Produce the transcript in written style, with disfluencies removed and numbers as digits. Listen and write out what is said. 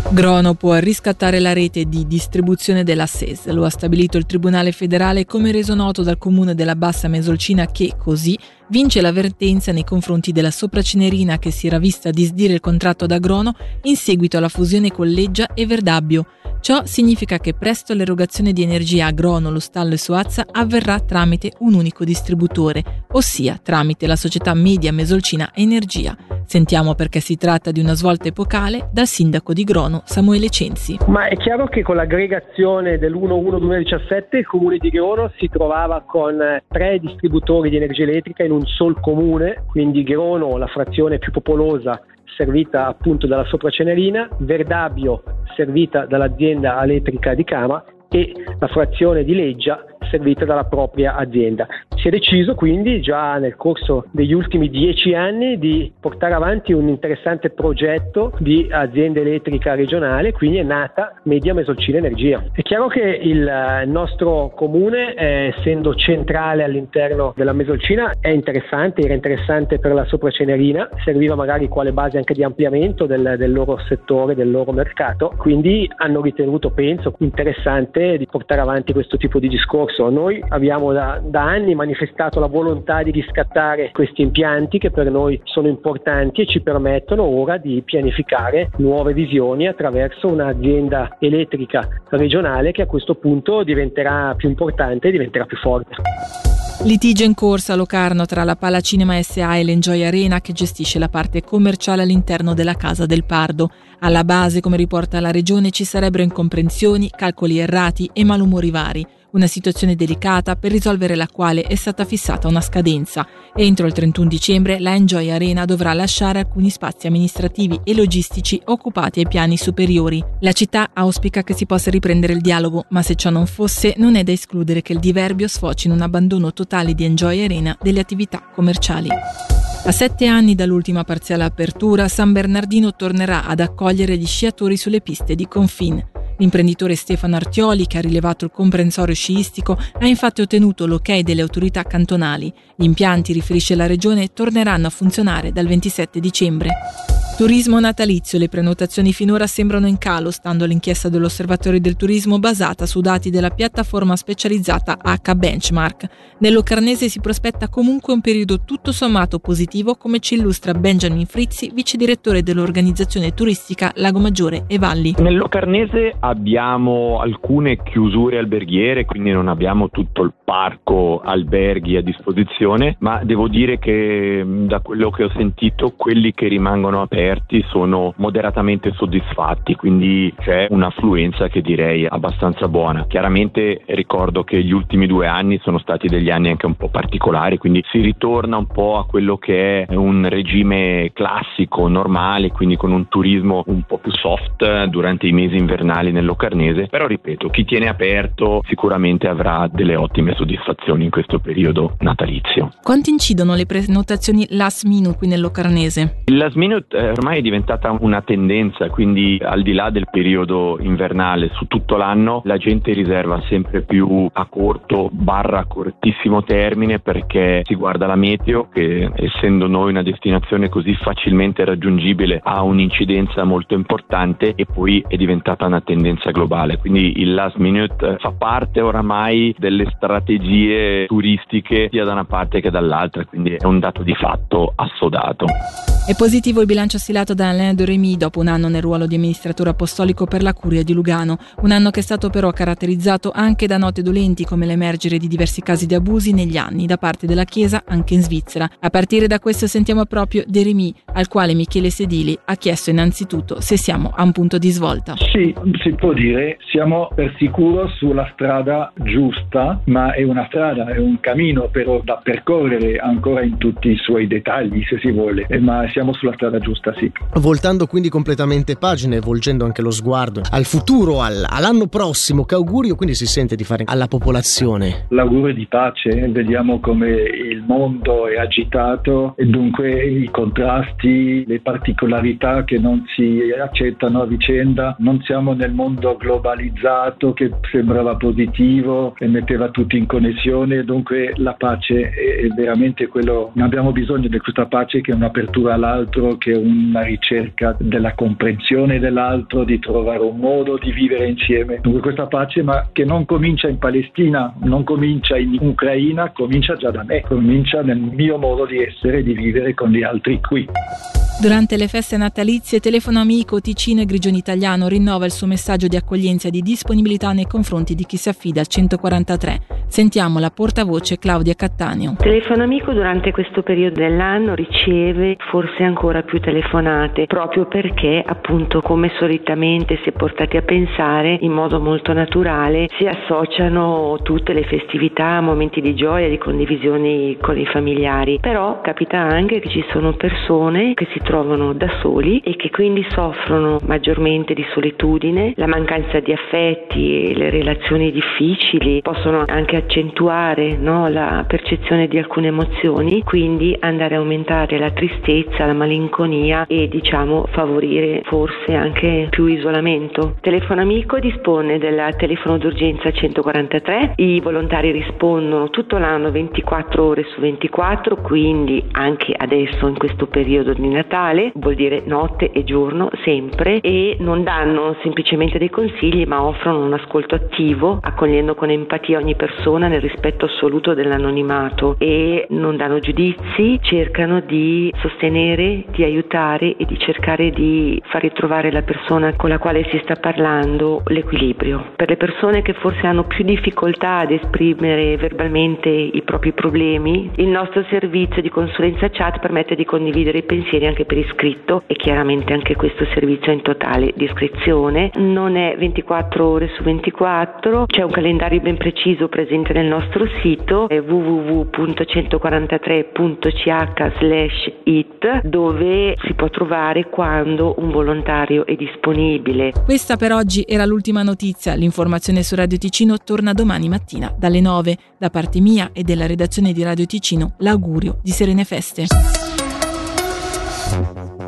Grono può riscattare la rete di distribuzione della SES, lo ha stabilito il Tribunale federale, come reso noto dal comune della Bassa Mesolcina che, così, vince l'avvertenza nei confronti della Sopracenerina che si era vista disdire il contratto da Grono in seguito alla fusione con Leggia e Verdabbio. Ciò significa che presto l'erogazione di energia a Grono, Lo Stallo e Soazza avverrà tramite un unico distributore, ossia tramite la società Media Mesolcina Energia. Sentiamo perché si tratta di una svolta epocale dal sindaco di Grono, Samuele Censi. Ma è chiaro che con l'aggregazione dell'1/1/2017 il comune di Grono si trovava con 3 distributori di energia elettrica in un sol comune, quindi Grono, la frazione più popolosa, servita appunto dalla Sopracenerina, Verdabbio servita dall'azienda elettrica di Cama e la frazione di Leggia servita dalla propria azienda. Si è deciso quindi già nel corso degli ultimi 10 anni di portare avanti un interessante progetto di azienda elettrica regionale, quindi è nata Media Mesolcina Energia. È chiaro che il nostro comune, essendo centrale all'interno della Mesolcina, era interessante per la Sopracenerina, serviva magari quale base anche di ampliamento del loro settore, del loro mercato, quindi hanno ritenuto, penso, interessante di portare avanti questo tipo di discorso. Noi abbiamo da anni manifestato la volontà di riscattare questi impianti che per noi sono importanti e ci permettono ora di pianificare nuove visioni attraverso un'azienda elettrica regionale che a questo punto diventerà più importante e diventerà più forte. Litigio in corsa a Locarno tra la Palacinema SA e l'Enjoy Arena che gestisce la parte commerciale all'interno della Casa del Pardo. Alla base, come riporta la regione, ci sarebbero incomprensioni, calcoli errati e malumori vari. Una situazione delicata per risolvere la quale è stata fissata una scadenza. Entro il 31 dicembre la Enjoy Arena dovrà lasciare alcuni spazi amministrativi e logistici occupati ai piani superiori. La città auspica che si possa riprendere il dialogo, ma se ciò non fosse, non è da escludere che il diverbio sfoci in un abbandono totale di Enjoy Arena delle attività commerciali. A 7 anni dall'ultima parziale apertura, San Bernardino tornerà ad accogliere gli sciatori sulle piste di Confin. L'imprenditore Stefano Artioli, che ha rilevato il comprensorio sciistico, ha infatti ottenuto l'ok delle autorità cantonali. Gli impianti, riferisce la regione, torneranno a funzionare dal 27 dicembre. Turismo natalizio. Le prenotazioni finora sembrano in calo, stando all'inchiesta dell'Osservatorio del Turismo basata su dati della piattaforma specializzata H Benchmark. Nell'Ocarnese si prospetta comunque un periodo tutto sommato positivo, come ci illustra Benjamin Frizzi, vice direttore dell'organizzazione turistica Lago Maggiore e Valli. Nell'Ocarnese abbiamo alcune chiusure alberghiere, quindi non abbiamo tutto il parco alberghi a disposizione, ma devo dire che da quello che ho sentito quelli che rimangono aperti sono moderatamente soddisfatti, quindi c'è un'affluenza che direi abbastanza buona. Chiaramente ricordo che gli ultimi 2 anni sono stati degli anni anche un po' particolari, quindi si ritorna un po' a quello che è un regime classico, normale, quindi con un turismo un po' più soft durante i mesi invernali nell'Ocarnese, però ripeto, chi tiene aperto sicuramente avrà delle ottime soddisfazioni in questo periodo natalizio. Quanto incidono le prenotazioni last minute qui nell'Ocarnese? Il last minute ormai è diventata una tendenza, quindi al di là del periodo invernale, su tutto l'anno la gente riserva sempre più a cortissimo termine, perché si guarda la meteo che, essendo noi una destinazione così facilmente raggiungibile, ha un'incidenza molto importante e poi è diventata una tendenza globale, quindi il last minute fa parte oramai delle strategie turistiche sia da una parte che dall'altra, quindi è un dato di fatto assodato. È positivo il bilancio stilato da Alain de Remy dopo un anno nel ruolo di amministratore apostolico per la Curia di Lugano, un anno che è stato però caratterizzato anche da note dolenti come l'emergere di diversi casi di abusi negli anni da parte della Chiesa anche in Svizzera. A partire da questo sentiamo proprio de Remy, al quale Michele Sedili ha chiesto innanzitutto se siamo a un punto di svolta. Sì, si può dire, siamo per sicuro sulla strada giusta, ma è una strada, è un cammino però da percorrere ancora in tutti i suoi dettagli, se si vuole, ma siamo sulla strada giusta, sì. Voltando quindi completamente pagina e volgendo anche lo sguardo al futuro, all'anno prossimo, che augurio quindi si sente di fare alla popolazione? L'augurio di pace, vediamo come il mondo è agitato e dunque i contrasti, le particolarità che non si accettano a vicenda. Non siamo nel mondo globalizzato che sembrava positivo e metteva tutti in connessione, dunque la pace è veramente quello, abbiamo bisogno di questa pace, che è un'apertura all'altro, che è un una ricerca della comprensione dell'altro, di trovare un modo di vivere insieme. Dunque questa pace, ma che non comincia in Palestina, non comincia in Ucraina, comincia già da me, comincia nel mio modo di essere e di vivere con gli altri qui. Durante le feste natalizie, Telefono Amico Ticino e Grigione Italiano rinnova il suo messaggio di accoglienza e di disponibilità nei confronti di chi si affida al 143. Sentiamo la portavoce Claudia Cattaneo. Telefono Amico durante questo periodo dell'anno riceve forse ancora più telefonate, proprio perché appunto, come solitamente si è portati a pensare, in modo molto naturale si associano tutte le festività, momenti di gioia, di condivisioni con i familiari. Però capita anche che ci sono persone che si trovano da soli e che quindi soffrono maggiormente di solitudine, la mancanza di affetti e le relazioni difficili possono anche accentuare, no, la percezione di alcune emozioni, quindi andare a aumentare la tristezza, la malinconia e favorire forse anche più isolamento. Telefono Amico dispone del telefono d'urgenza 143, i volontari rispondono tutto l'anno 24 ore su 24, quindi anche adesso in questo periodo di Natale, vuol dire notte e giorno sempre, e non danno semplicemente dei consigli ma offrono un ascolto attivo, accogliendo con empatia ogni persona nel rispetto assoluto dell'anonimato, e non danno giudizi, cercano di sostenere, di aiutare e di cercare di far ritrovare la persona con la quale si sta parlando l'equilibrio. Per le persone che forse hanno più difficoltà ad esprimere verbalmente i propri problemi, il nostro servizio di consulenza chat permette di condividere i pensieri anche per iscritto, e chiaramente anche questo servizio è in totale discrezione, non è 24 ore su 24, c'è un calendario ben preciso presente nel nostro sito www.143.ch/it, dove si può trovare quando un volontario è disponibile. Questa per oggi era l'ultima notizia. L'informazione su Radio Ticino torna domani mattina dalle 9. Da parte mia e della redazione di Radio Ticino, l'augurio di serene feste.